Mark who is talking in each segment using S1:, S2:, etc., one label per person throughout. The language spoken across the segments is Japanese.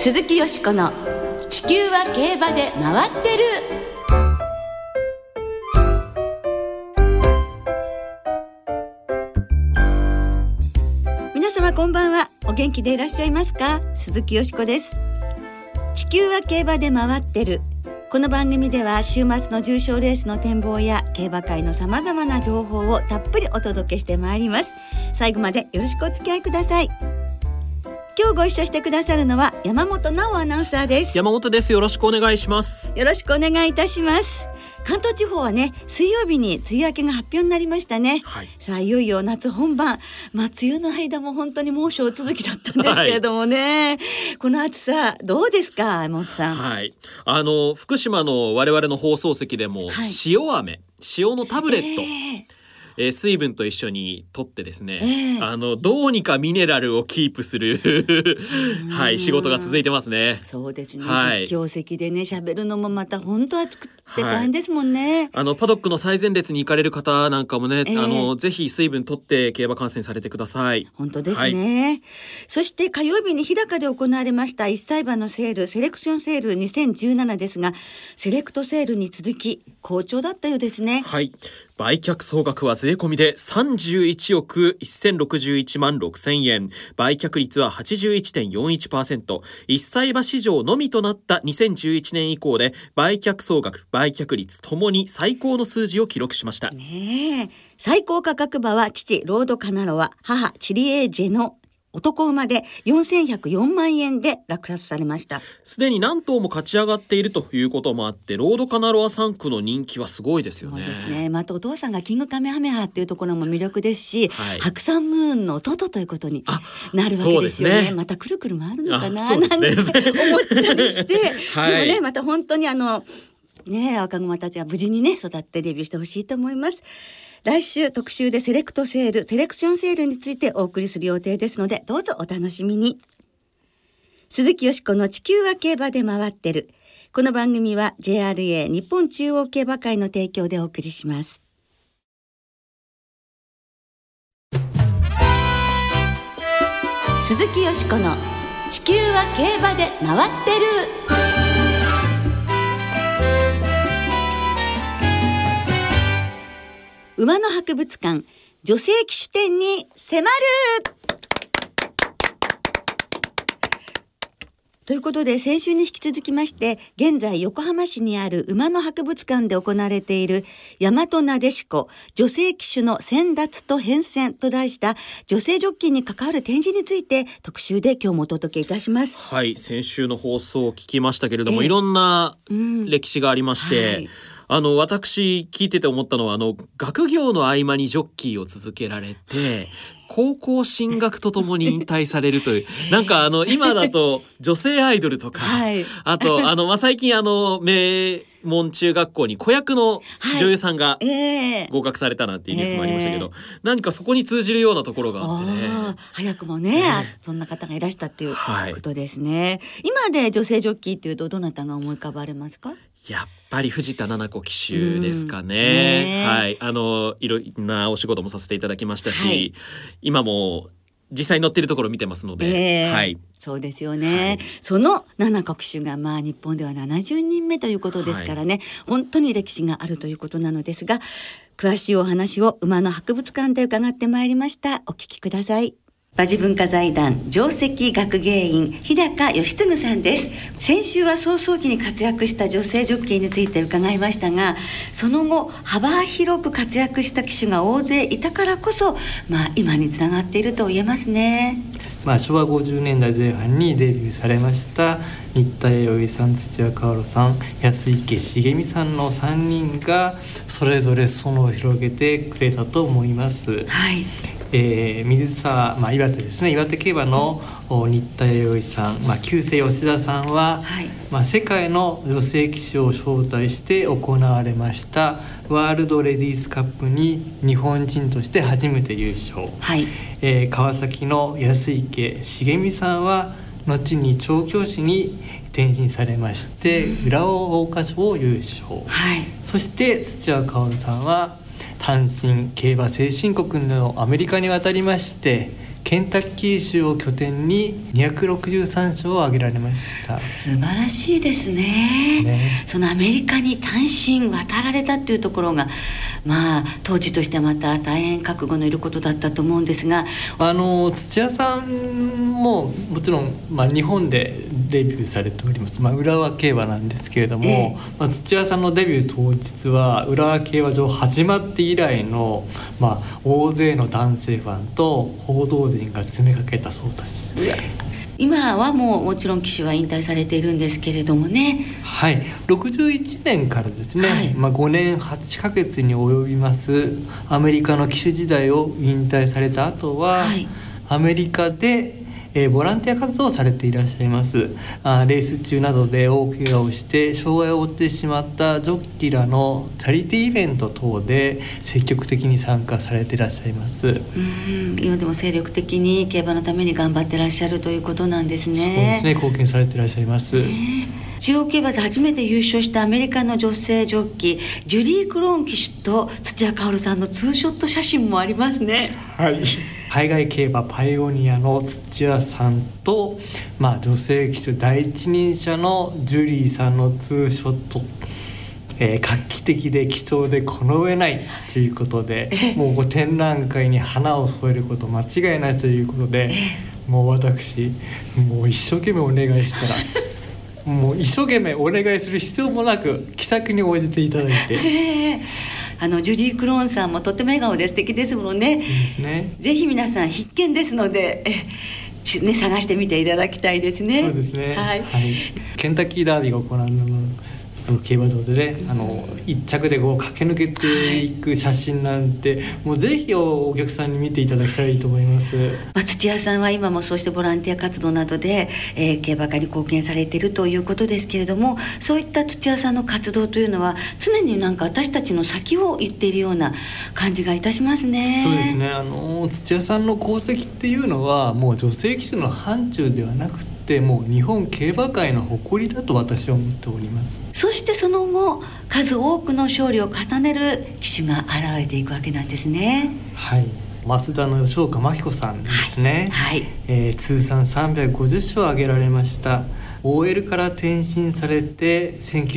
S1: 鈴木よしこの地球は競馬で回ってる。皆様こんばんは。お元気でいらっしゃいますか？鈴木よしこです。地球は競馬で回ってる。この番組では週末の重賞レースの展望や競馬界のさまざまな情報をたっぷりお届けしてまいります。最後までよろしくお付き合いください。今日ご一緒してくださるのは山本直アナウンサーです。
S2: 山本です。よろしくお願いします。
S1: よろしくお願いいたします。関東地方はね、水曜日に梅雨明けが発表になりましたね、はい、さあいよいよ夏本番、梅雨の間も本当に猛暑続きだったんですけれどもね、はい、この暑さどうですか山本さん。
S2: はい、福島の我々の放送席でも、はい、塩のタブレット、水分と一緒に取ってですね、どうにかミネラルをキープするはい、仕事が続いてますね。
S1: そうですね、はい、実況席でね喋るのもまた本当暑くて大変ですもんね、
S2: はい、パドックの最前列に行かれる方なんかもね、ぜひ水分取って競馬観戦されてください。
S1: 本当ですね、はい、そして火曜日に日高で行われました1歳馬のセール、セレクションセール2017ですが、セレクトセールに続き好調だったようですね。
S2: はい、売却総額は税込みで31億1061万6000円、売却率は 81.41%、 1歳馬市場のみとなった2011年以降で売却総額売却率ともに最高の数字を記録しました、
S1: ね、最高価格馬は父ロードカナロア、母チリエージェの男馬で4104万円で落札されました。
S2: すでに何頭も勝ち上がっているということもあって、ロードカナロア3区の人気はすごいですよね。
S1: そうですね、またお父さんがキングカメハメハっていうところも魅力ですし、はい、白山ムーンの弟ということになるわけですよ ね。またくるくる回るのかな、なんて思ったりして、はい、でもねまた本当に若熊たちが無事にね育ってデビューしてほしいと思います。来週特集でセレクトセール、セレクションセールについてお送りする予定ですので、どうぞお楽しみに。鈴木よしこの地球は競馬で回ってる。この番組は JRA 日本中央競馬会の提供でお送りします。鈴木よしこの地球は競馬で回ってる。馬の博物館女性騎手展に迫るということで、先週に引き続きまして現在横浜市にある馬の博物館で行われている大和なでしこ女性騎手の先達と変遷と題した女性ジョッキーに関わる展示について特集で今日もお届けいたします。
S2: はい、先週の放送を聞きましたけれども、いろんな歴史がありまして、はい、私聞いてて思ったのは学業の合間にジョッキーを続けられて高校進学とともに引退されるというなんか今だと女性アイドルとか、はい、あと最近名門中学校に子役の女優さんが合格されたなんていうニュースもありましたけど、何かそこに通じるようなところがあってね、
S1: 早くもね、そんな方がいらしたっていうことですね、はい、今で女性ジョッキーっていうとどなたが思い浮かばれますか？
S2: やっぱり藤田七子騎手ですかね、はい、いろんなお仕事もさせていただきましたし、はい、今も実際に乗っているところを見てますので、はい、
S1: そうですよね、はい、その七子騎手が日本では70人目ということですからね、はい、本当に歴史があるということなのですが、詳しいお話を馬の博物館で伺ってまいりました。お聞きください。馬事文化財団上席学芸員日高義嗣さんです。先週は早々期に活躍した女性ジョッキーについて伺いましたが、その後幅広く活躍した騎手が大勢いたからこそ、今につながっていると言えますね。
S3: 昭和50年代前半にデビューされました新田弥生さん、土屋香織さん、安池茂美さんの3人がそれぞれ裾野を広げてくれたと思います。はい、水沢、岩手ですね、岩手競馬の新田弥生さん、旧姓吉田さんは、はい、世界の女性騎手を招待して行われましたワールドレディースカップに日本人として初めて優勝、はい、川崎の安池茂美さんは後に調教師に転身されまして浦尾桜花賞を優勝、はい、そして土屋香織さんは単身競馬先進国のアメリカに渡りましてケンタッキー州を拠点に263勝を挙げられました。
S1: 素晴らしいですね。そのアメリカに単身渡られたっていうところが当時としてはまた大変覚悟のいることだったと思うんですが、
S3: 土屋さんももちろん、日本でデビューされております、浦和競馬なんですけれども、土屋さんのデビュー当日は浦和競馬場始まって以来の、大勢の男性ファンと報道陣が詰めかけたそうです。
S1: 今はもちろん騎手は引退されているんですけれどもね。
S3: はい、61年からですね、5年8ヶ月に及びますアメリカの騎手時代を引退された後は、アメリカでボランティア活動をされていらっしゃいます。レース中などで大怪我をして障害を負ってしまったジョッキーらのチャリティーイベント等で積極的に参加されていらっしゃいます。
S1: 今でも精力的に競馬のために頑張ってらっしゃるということなんですね。
S3: そうですね、貢献されていらっしゃいます。
S1: 中央競馬で初めて優勝したアメリカの女性ジョッキージュリー・クローン騎手と土屋薫さんのツーショット写真もありますね。
S3: 海外競馬パイオニアの土屋さんと、女性騎手第一人者のジュリーさんのツーショット、画期的で貴重でこの上ないということで、もう展覧会に花を添えること間違いないということで、もう私一生懸命お願いしたらもう一生懸命お願いする必要もなく気さくに応じていただいて、
S1: ジュリー・クローンさんもとっても笑顔で素敵ですもんね。
S3: いいですね。
S1: ぜひ皆さん必見ですので探してみていただきたいですね。
S3: そうですね、ケンタッキーダービーが行われる競馬場でね、一着で駆け抜けていく写真なんて、もうぜひお客さんに見ていただきたいと思います。
S1: 土屋さんは今もそうしてボランティア活動などで、競馬化に貢献されているということですけれども、そういった土屋さんの活動というのは常に私たちの先を言っているような感じがいたしますね。
S3: そうですね、土屋さんの功績っていうのはもう女性騎手の範疇ではなくて、もう日本競馬界の誇りだと私は思っております。
S1: そしてその後数多くの勝利を重ねる騎手が現れていくわけなんですね。
S3: 増田の吉岡真紀子さんですね。通算350勝を挙げられました。 OL から転身されて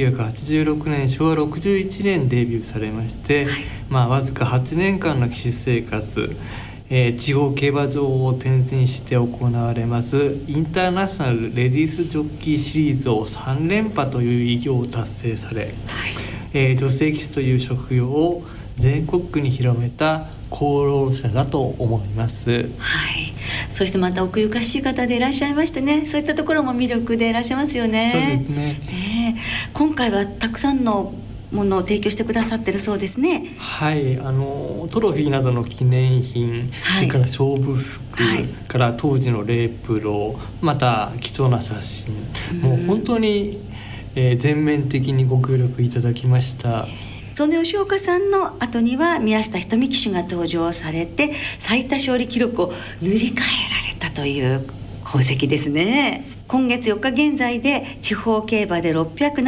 S3: 1986年昭和61年デビューされまして、わずか8年間の騎手生活、地方競馬場を転戦して行われますインターナショナルレディースジョッキーシリーズを3連覇という偉業を達成され、女性騎手という職業を全国区に広めた功労者だと思います。
S1: そしてまた奥ゆかしい方でいらっしゃいましてね、そういったところも魅力でいらっしゃいますよね。
S3: そうですね。
S1: 今回はたくさんのものを提供してくださってるそうですね。
S3: トロフィーなどの記念品、それから勝負服、から当時のレープロ、また貴重な写真、もう本当に、全面的にご協力いただきました。
S1: その吉岡さんの後には宮下瞳騎手が登場されて最多勝利記録を塗り替えられたという功績ですね。今月4日現在で地方競馬で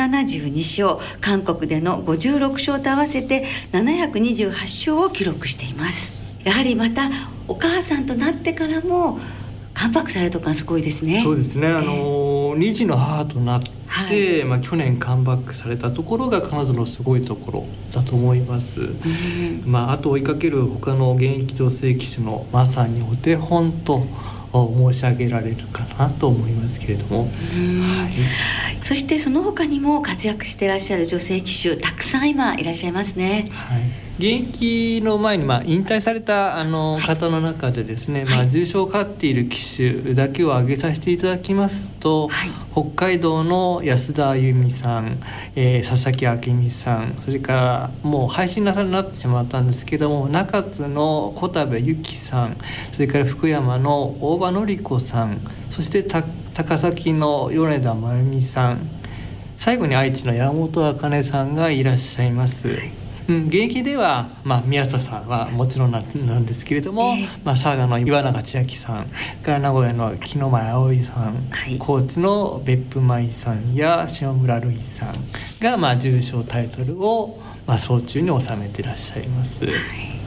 S1: 672勝、韓国での56勝と合わせて728勝を記録しています。やはりまたお母さんとなってからもカムバックされるとかすごいですね。
S3: そうですね、2児の母となって、去年カムバックされたところが彼女のすごいところだと思います。あと追いかける他の現役女性騎手のまさにお手本と申し上げられるかなと思いますけれども、
S1: そしてその他にも活躍していらっしゃる女性騎手たくさん今いらっしゃいますね。
S3: 現役の前に引退された方の中でですね、重賞を勝っている騎手だけを挙げさせていただきますと、北海道の安田あゆみさん、佐々木明美さん、それからもう配信なさになってしまったんですけども中津の小田部由紀さん、それから福山の大場典子さん、そして高崎の米田真由美さん、最後に愛知の山本茜さんがいらっしゃいます。現役では、宮下さんはもちろんなんですけれども、佐賀の岩永千秋さんから名古屋の木之前葵さん、高知の別府舞さんや下村瑠衣さんが、重賞タイトルを、総中に収めていらっしゃいます。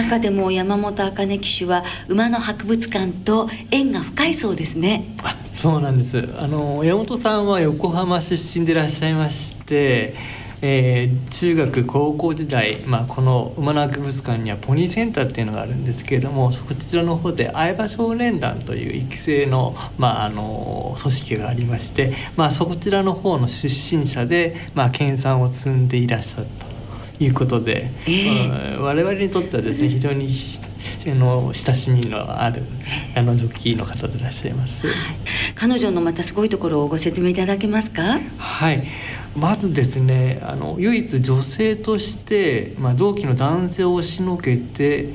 S1: 中でも山本茜騎手は馬の博物館と縁が深いそうですね。
S3: そうなんです。山本さんは横浜出身でいらっしゃいまして、中学高校時代、この馬の博物館にはポニーセンターっていうのがあるんですけれども、こちらの方で愛馬少年団という育成の、組織がありまして、そちらの方の出身者で、研鑽を積んでいらっしゃるということで、我々にとってはですね、非常に親しみのあるジョッキーの方でいらっしゃいます。
S1: 彼女のまたすごいところをご説明いただけますか？
S3: はい、まずですね、唯一女性として、同期の男性を押しのけて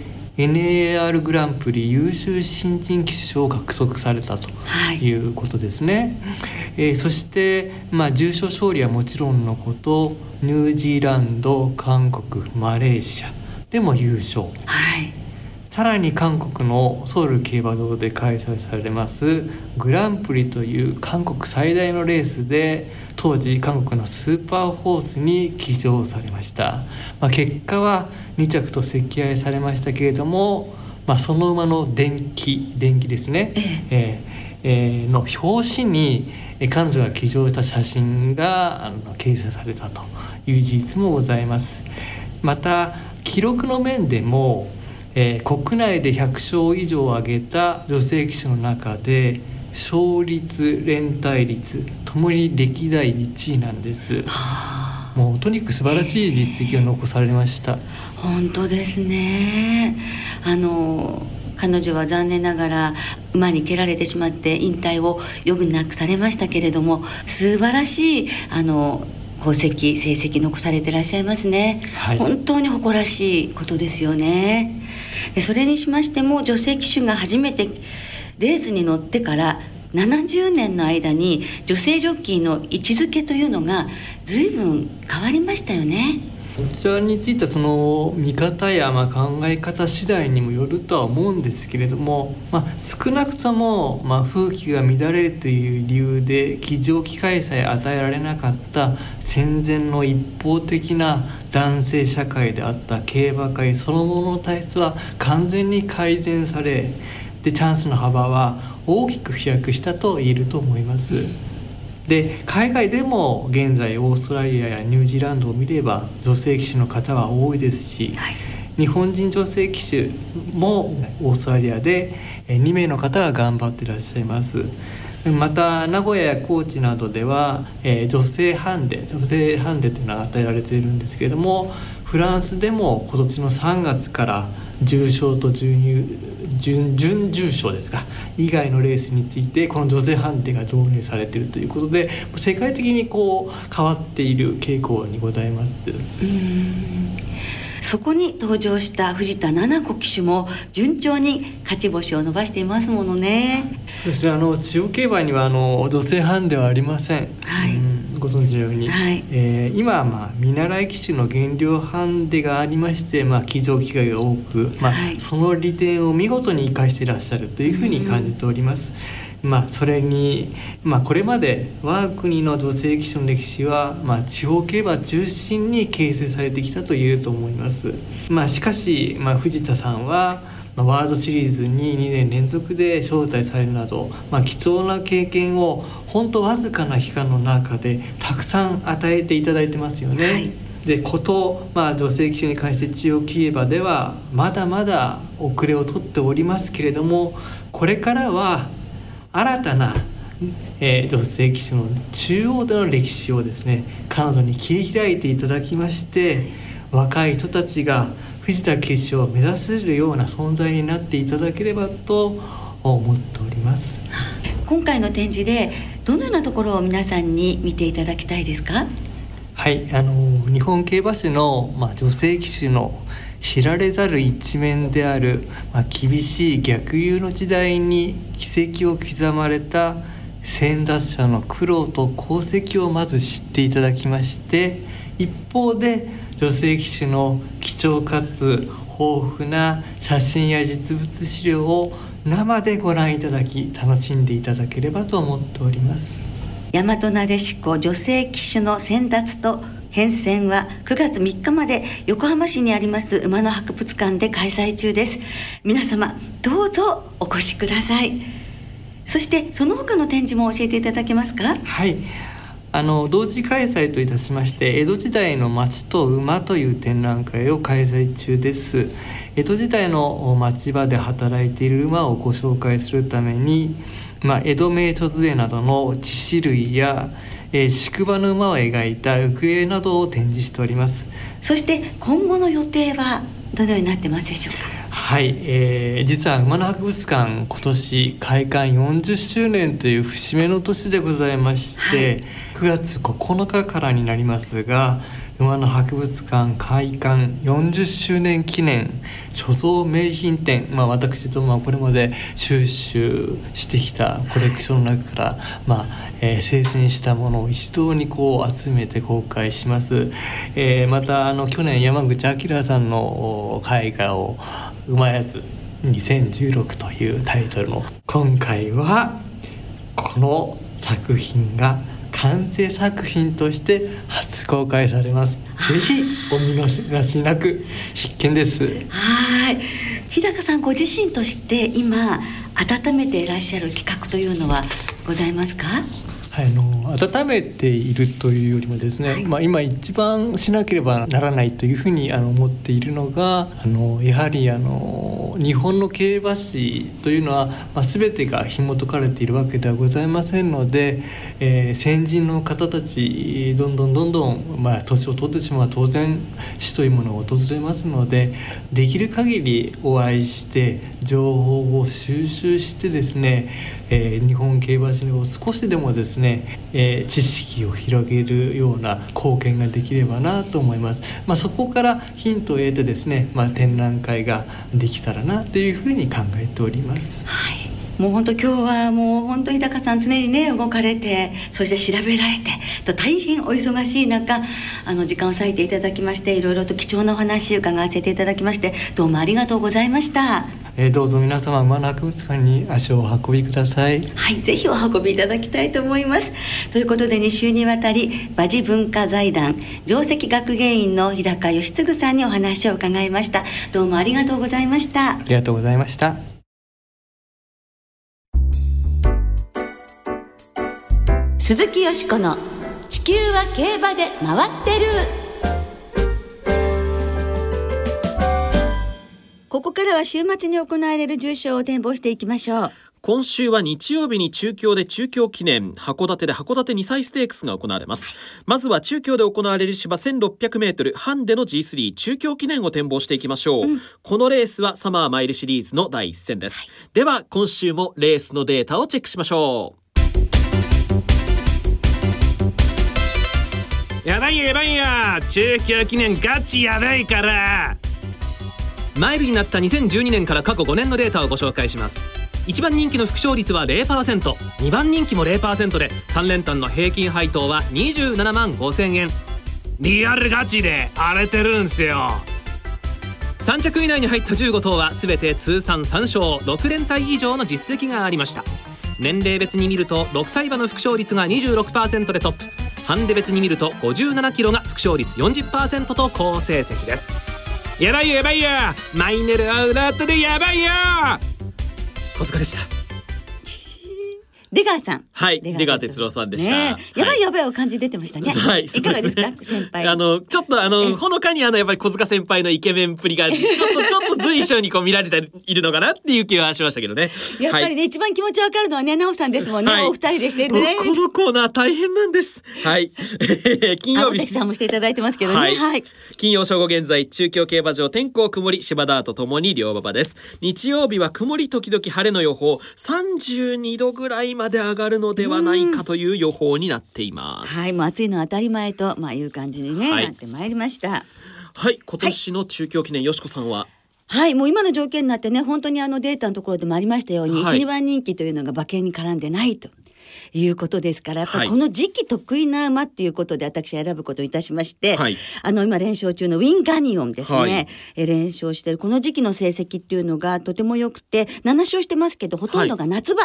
S3: NAR グランプリ優秀新人騎手賞を獲得されたということですね。そして、重賞勝利はもちろんのこと、ニュージーランド、韓国、マレーシアでも優勝、さらに韓国のソウル競馬場で開催されますグランプリという韓国最大のレースで当時韓国のスーパーホースに騎乗されました。結果は2着と惜敗されましたけれども、その馬の電気ですね、の表紙に彼女が騎乗した写真が掲載されたという事実もございます。また記録の面でも国内で100勝以上を挙げた女性騎手の中で勝率連帯率ともに歴代1位なんです。もうとにかく素晴らしい実績を残されました。
S1: 本当ですね。彼女は残念ながら馬に蹴られてしまって引退を余儀なくされましたけれども、素晴らしい功績成績残されていらっしゃいますね。本当に誇らしいことですよね。でそれにしましても女性騎手が初めてレースに乗ってから70年の間に女性ジョッキーの位置づけというのが随分変わりましたよね。
S3: こちらについてはその見方や考え方次第にもよるとは思うんですけれども、少なくとも風紀が乱れるという理由で騎乗機会さえ与えられなかった戦前の一方的な男性社会であった競馬界そのものの体質は完全に改善され、でチャンスの幅は大きく飛躍したと言えると思います。で海外でも現在オーストラリアやニュージーランドを見れば女性騎手の方は多いですし、日本人女性騎手もオーストラリアで2名の方が頑張っていらっしゃいます。また名古屋や高知などでは、女性ハンデというのが与えられているんですけれども、フランスでも今年の3月から重賞と準重賞ですか以外のレースについてこの女性ハンデが導入されているということで、世界的に変わっている傾向にございます。
S1: そこに登場した藤田七子騎手も順調に勝ち星を伸ばしていますものね。
S3: そうですね、中央競馬には女性ハンデはありません。ご存知のように、今は見習い騎手の減量ハンデがありまして、騎乗機会が多く、その利点を見事に生かしていらっしゃるというふうに感じております。それに、これまで我が国の女性騎手の歴史は、地方競馬中心に形成されてきたと言えると思います。しかし、藤田さんはワールドシリーズに2年連続で招待されるなど、貴重な経験を本当わずかな期間の中でたくさん与えていただいてますよね。で女性騎手に関して中央競馬ではまだまだ遅れをとっておりますけれども、これからは新たな、女性騎手の中央での歴史をですね、彼女に切り開いていただきまして、若い人たちが藤田騎手を目指せるような存在になっていただければと思っております。
S1: 今回の展示でどのようなところを皆さんに見ていただきたいですか？
S3: 日本競馬史の、女性騎手の知られざる一面である、厳しい逆流の時代に軌跡を刻まれた先達者の苦労と功績をまず知っていただきまして、一方で女性騎手の貴重かつ豊富な写真や実物資料を生でご覧いただき楽しんでいただければと思っております。
S1: 大和なでしこ女性騎手の先達と変遷は9月3日まで横浜市にあります馬の博物館で開催中です。皆様どうぞお越しください。そしてその他の展示も教えていただけますか？
S3: はい、同時開催といたしまして、江戸時代の町と馬という展覧会を開催中です。江戸時代の町場で働いている馬をご紹介するために、江戸名所図絵などの致死類や宿場の馬を描いた浮世絵などを展示しております。
S1: そして今後の予定はどのようになってますでしょうか？
S3: はい、実は馬の博物館今年開館40周年という節目の年でございまして、9月9日からになりますが、馬の博物館開館40周年記念所蔵名品展、私どもはこれまで収集してきたコレクションの中から、精選したものを一堂に集めて公開します。また去年山口明さんの絵画を馬やつ2016というタイトルの、今回はこの作品が完成作品として初公開されます。ぜひお見逃しなく。必見です。
S1: はい、日高さんご自身として今温めていらっしゃる企画というのはございますか？
S3: はい、温めているというよりもですね、今一番しなければならないというふうに思っているのが、やはり日本の競馬史というのは、全てが紐解かれているわけではございませんので、先人の方たちどんどん、年を取ってしまう当然死というものが訪れますので、できる限りお会いして情報を収集してですね、日本競馬史を少しでもですね、知識を広げるような貢献ができればなと思います。そこからヒントを得てですね、展覧会ができたらなというふうに考えております。
S1: はい、もう本当今日はもう本当日高さん常にね動かれて、そして調べられてと大変お忙しい中時間を割いていただきまして、いろいろと貴重なお話を伺わせていただきまして、どうもありがとうございました。
S3: どうぞ皆様馬の博物館に足をお運びください。
S1: はい、ぜひお運びいただきたいと思います。ということで2週にわたり馬事文化財団上席学芸員の日高義嗣さんにお話を伺いました。どうもありがとうございました。
S3: ありがとうございました。
S1: 鈴木よしこの地球は競馬で回ってる。ここからは週末に行われる重賞を展望していきましょう。
S2: 今週は日曜日に中京で中京記念、函館で函館2歳ステークスが行われます。まずは中京で行われる芝 1600m ハンデの G3 中京記念を展望していきましょう。このレースはサマーマイルシリーズの第一戦です。では今週もレースのデータをチェックしましょう。
S4: やばいよ中京記念ガチやばいから。
S5: マイルになった2012年から過去5年のデータをご紹介します。1番人気の副勝率は 0%、 2番人気も 0% で3連単の平均配当は27万5000円。
S4: リアルガチで荒れてるんすよ。
S5: 3着以内に入った15頭は全て通算3勝6連単以上の実績がありました。年齢別に見ると6歳馬の副勝率が 26% でトップ、ハンデ別に見ると57キロが副勝率 40% と好成績です。
S4: やばいよマイネルアウラートでやばいよ。
S5: 小塚でした。
S1: 出川さん。
S2: はい、出川哲朗さんでした。
S1: やばいお感じ出てましたね。はい、いかがですか先輩。
S2: ちょっとほのかにやっぱり小塚先輩のイケメンっぷりがちょっと随所に見られているのかなっていう気はしましたけどね。
S1: やっぱりね、一番気持ちわかるのはね、なおさんですもんね。お二人でしてね。
S2: このコーナー大変なんです。はい。金曜日。
S1: 青木さんもしていただいてますけどね。はい。
S2: 金曜正午現在、中京競馬場天候曇り、芝ダートともに両馬場です。日曜日は曇り時々晴れの予報、32度ぐらいまで上がるのではないかという予報になっています。
S1: はい、もう暑いのは当たり前という感じにね、なってまいりました。
S2: はい、今年の中京記念、よしこさんは。
S1: はい、もう今の条件になってね、本当にデータのところでもありましたように、1、2番人気というのが馬券に絡んでないということですから、やっぱりこの時期得意な馬っていうことで私は選ぶことをいたしまして、今連勝中のウィンガニオンですね、連勝しているこの時期の成績っていうのがとても良くて、7勝してますけどほとんどが夏場、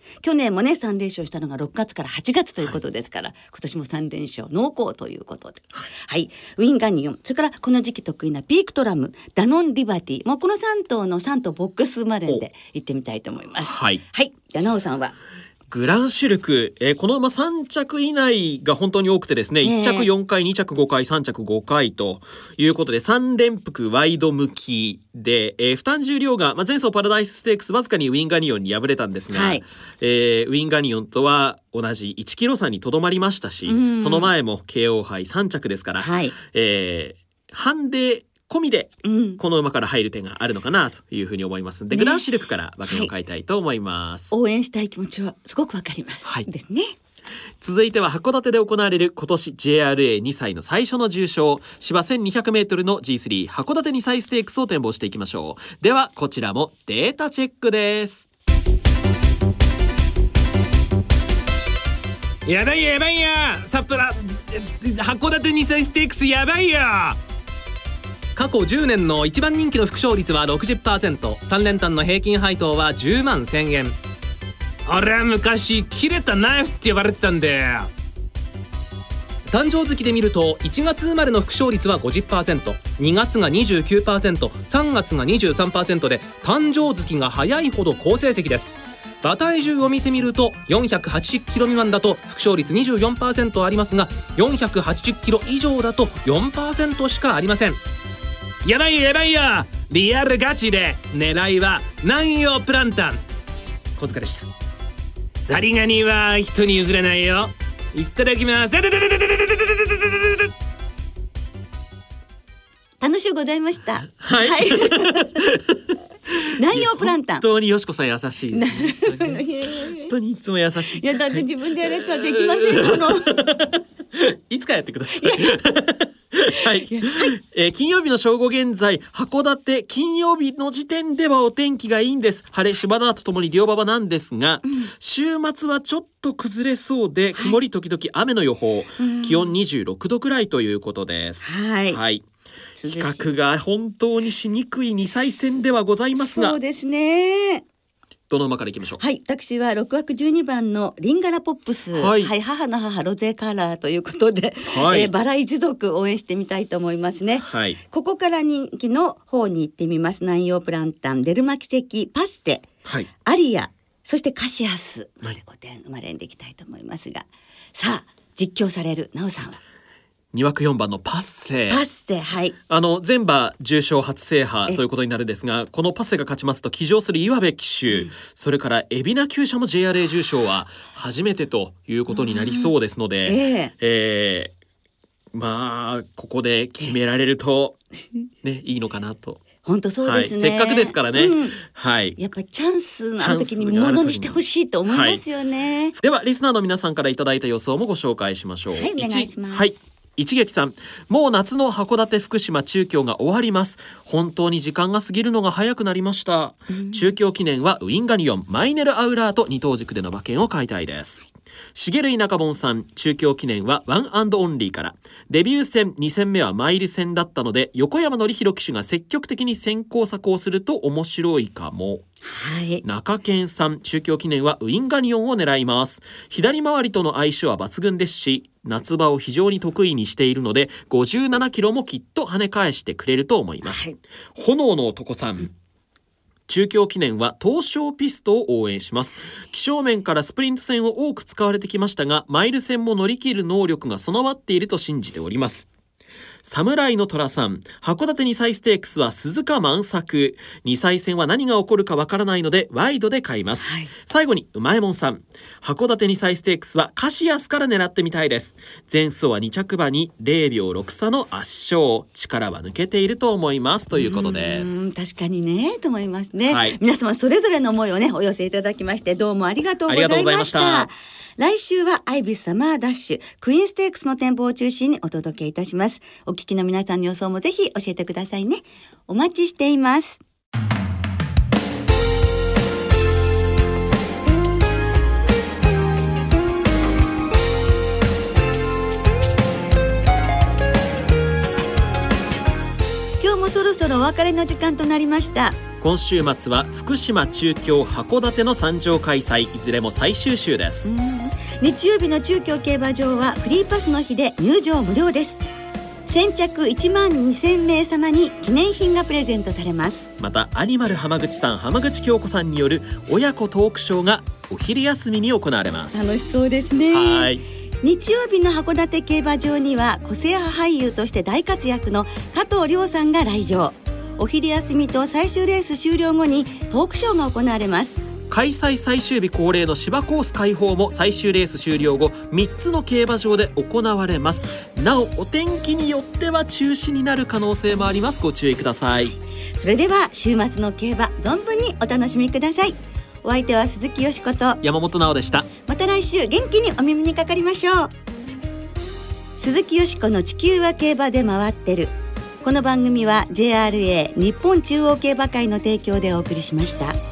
S1: 去年もね3連勝したのが6月から8月ということですから、今年も3連勝濃厚ということで、ウィンガニオン、それからこの時期得意なピークトラム、ダノンリバティ、もうこの3頭の3頭ボックスマレンで行ってみたいと思います。じゃあなおさんは
S2: グランシルク、この馬3着以内が本当に多くてですね、1着4回2着5回3着5回ということで3連複ワイド向きで、負担重量が、前走パラダイスステークスわずかにウィンガニオンに敗れたんですが、ウィンガニオンとは同じ1キロ差にとどまりましたし、その前も KO 杯3着ですから、ハンデ込みでこの馬から入る手があるのかなというふうに思いますので、グランシルクから馬券を買いたいと思います。
S1: 応援したい気持ちはすごくわかります、ですね。
S2: 続いては函館で行われる今年 JRA2 歳の最初の重賞、芝 1200m の G3 函館2歳ステークスを展望していきましょう。ではこちらもデータチェックです。
S4: やばいやばいや、札幌函館2歳ステークスやばいよ。
S5: 過去10年の一番人気の副勝率は 60%、 3連単の平均配当は10万1000円。
S4: 俺は昔切れたナイフって呼ばれてたんだよ。
S5: 誕生月で見ると1月生まれの副勝率は 50%、 2月が 29%、 3月が 23% で誕生月が早いほど好成績です。馬体重を見てみると480キロ未満だと副勝率 24% ありますが、480キロ以上だと 4% しかありません。
S4: やばいよやばいよ、リアルガチで狙いは南洋プランタン。
S5: 小塚でした。
S4: ザリガニは人に譲れないよ。いただきます。
S1: 楽しゅうございました。南洋プランタン、
S2: 本当によしこさん優しいですね。本当にいつも優しい。
S1: いやだって自分でやれとはできませんもの。
S2: いつかやってください。金曜日の正午現在、函館金曜日の時点ではお天気がいいんです。晴れしばらとともに両馬場なんですが、週末はちょっと崩れそうで、曇り時々雨の予報、気温26度くらいということです。比較が本当にしにくい2歳戦ではございますが、
S1: そうですね。
S2: どの馬からいきましょう。
S1: 私は6枠12番のリンガラポップス、母の母ロゼカラーということで、バラ一族応援してみたいと思いますね。ここから人気の方に行ってみます。南洋プランタン、デルマ奇跡、パステ、アリア、そしてカシアスまで5点生まれんでいきたいと思いますが、さあ実況されるなおさんは
S2: 2枠4番のパッセ。全馬重賞初制覇ということになるんですが、このパッセが勝ちますと騎乗する岩部騎手、それから海老名厩舎も JRA 重賞は初めてということになりそうですので、ここで決められるとね、いいのかなと。
S1: 本当そうですね、
S2: せっかくですからね、
S1: やっぱりチャンスのある時にものにしてほしいと思いますよね。
S2: ではリスナーの皆さんからいただいた予想もご紹介しましょう。
S1: お願いします。
S2: 一撃さん、もう夏の函館福島中京が終わります。本当に時間が過ぎるのが早くなりました。中京記念はウィンガニオン、マイネルアウラーと二等軸での馬券を買いたいです。重類中本さん、中京記念はワンアンドオンリーから、デビュー戦2戦目はマイル戦だったので横山典弘騎手が積極的に先行策をすると面白いかも。中堅さん、中京記念はウィンガニオンを狙います。左回りとの相性は抜群ですし、夏場を非常に得意にしているので57キロもきっと跳ね返してくれると思います。炎の男さん、中京記念は東証ピストを応援します。気象面からスプリント戦を多く使われてきましたが、マイル戦も乗り切る能力が備わっていると信じております。侍の虎さん、函館2歳ステークスは鈴鹿満作、2歳戦は何が起こるかわからないのでワイドで買います。最後にうまえもんさん、函館2歳ステークスはカシアスから狙ってみたいです。前走は2着馬に0秒6差の圧勝、力は抜けていると思いますということです。
S1: 確かにねと思いますね、皆様それぞれの思いをねお寄せいただきまして、どうもありがとうございました。来週はアイビスサマーダッシュクイーンステークスの展望を中心にお届けいたします。お聞きの皆さんの予想もぜひ教えてくださいね。お待ちしています。今日もそろそろお別れの時間となりました。
S2: 今週末は福島、中京、函館の3場開催、いずれも最終週です。
S1: 日曜日の中京競馬場はフリーパスの日で入場無料です。先着1万2000名様に記念品がプレゼントされます。
S2: またアニマル浜口さん、浜口京子さんによる親子トークショーがお昼休みに行われます。
S1: 楽しそうですね。
S2: はい。
S1: 日曜日の函館競馬場には個性派俳優として大活躍の加藤諒さんが来場。お昼休みと最終レース終了後にトークショーが行われます。
S2: 開催最終日恒例の芝コース開放も最終レース終了後3つの競馬場で行われます。なおお天気によっては中止になる可能性もあります。ご注意ください。
S1: それでは週末の競馬存分にお楽しみください。お相手は鈴木よしこと
S2: 山本直でした。
S1: また来週元気にお耳にかかりましょう。鈴木よしこの地球は競馬で回ってる。この番組は JRA 日本中央競馬会の提供でお送りしました。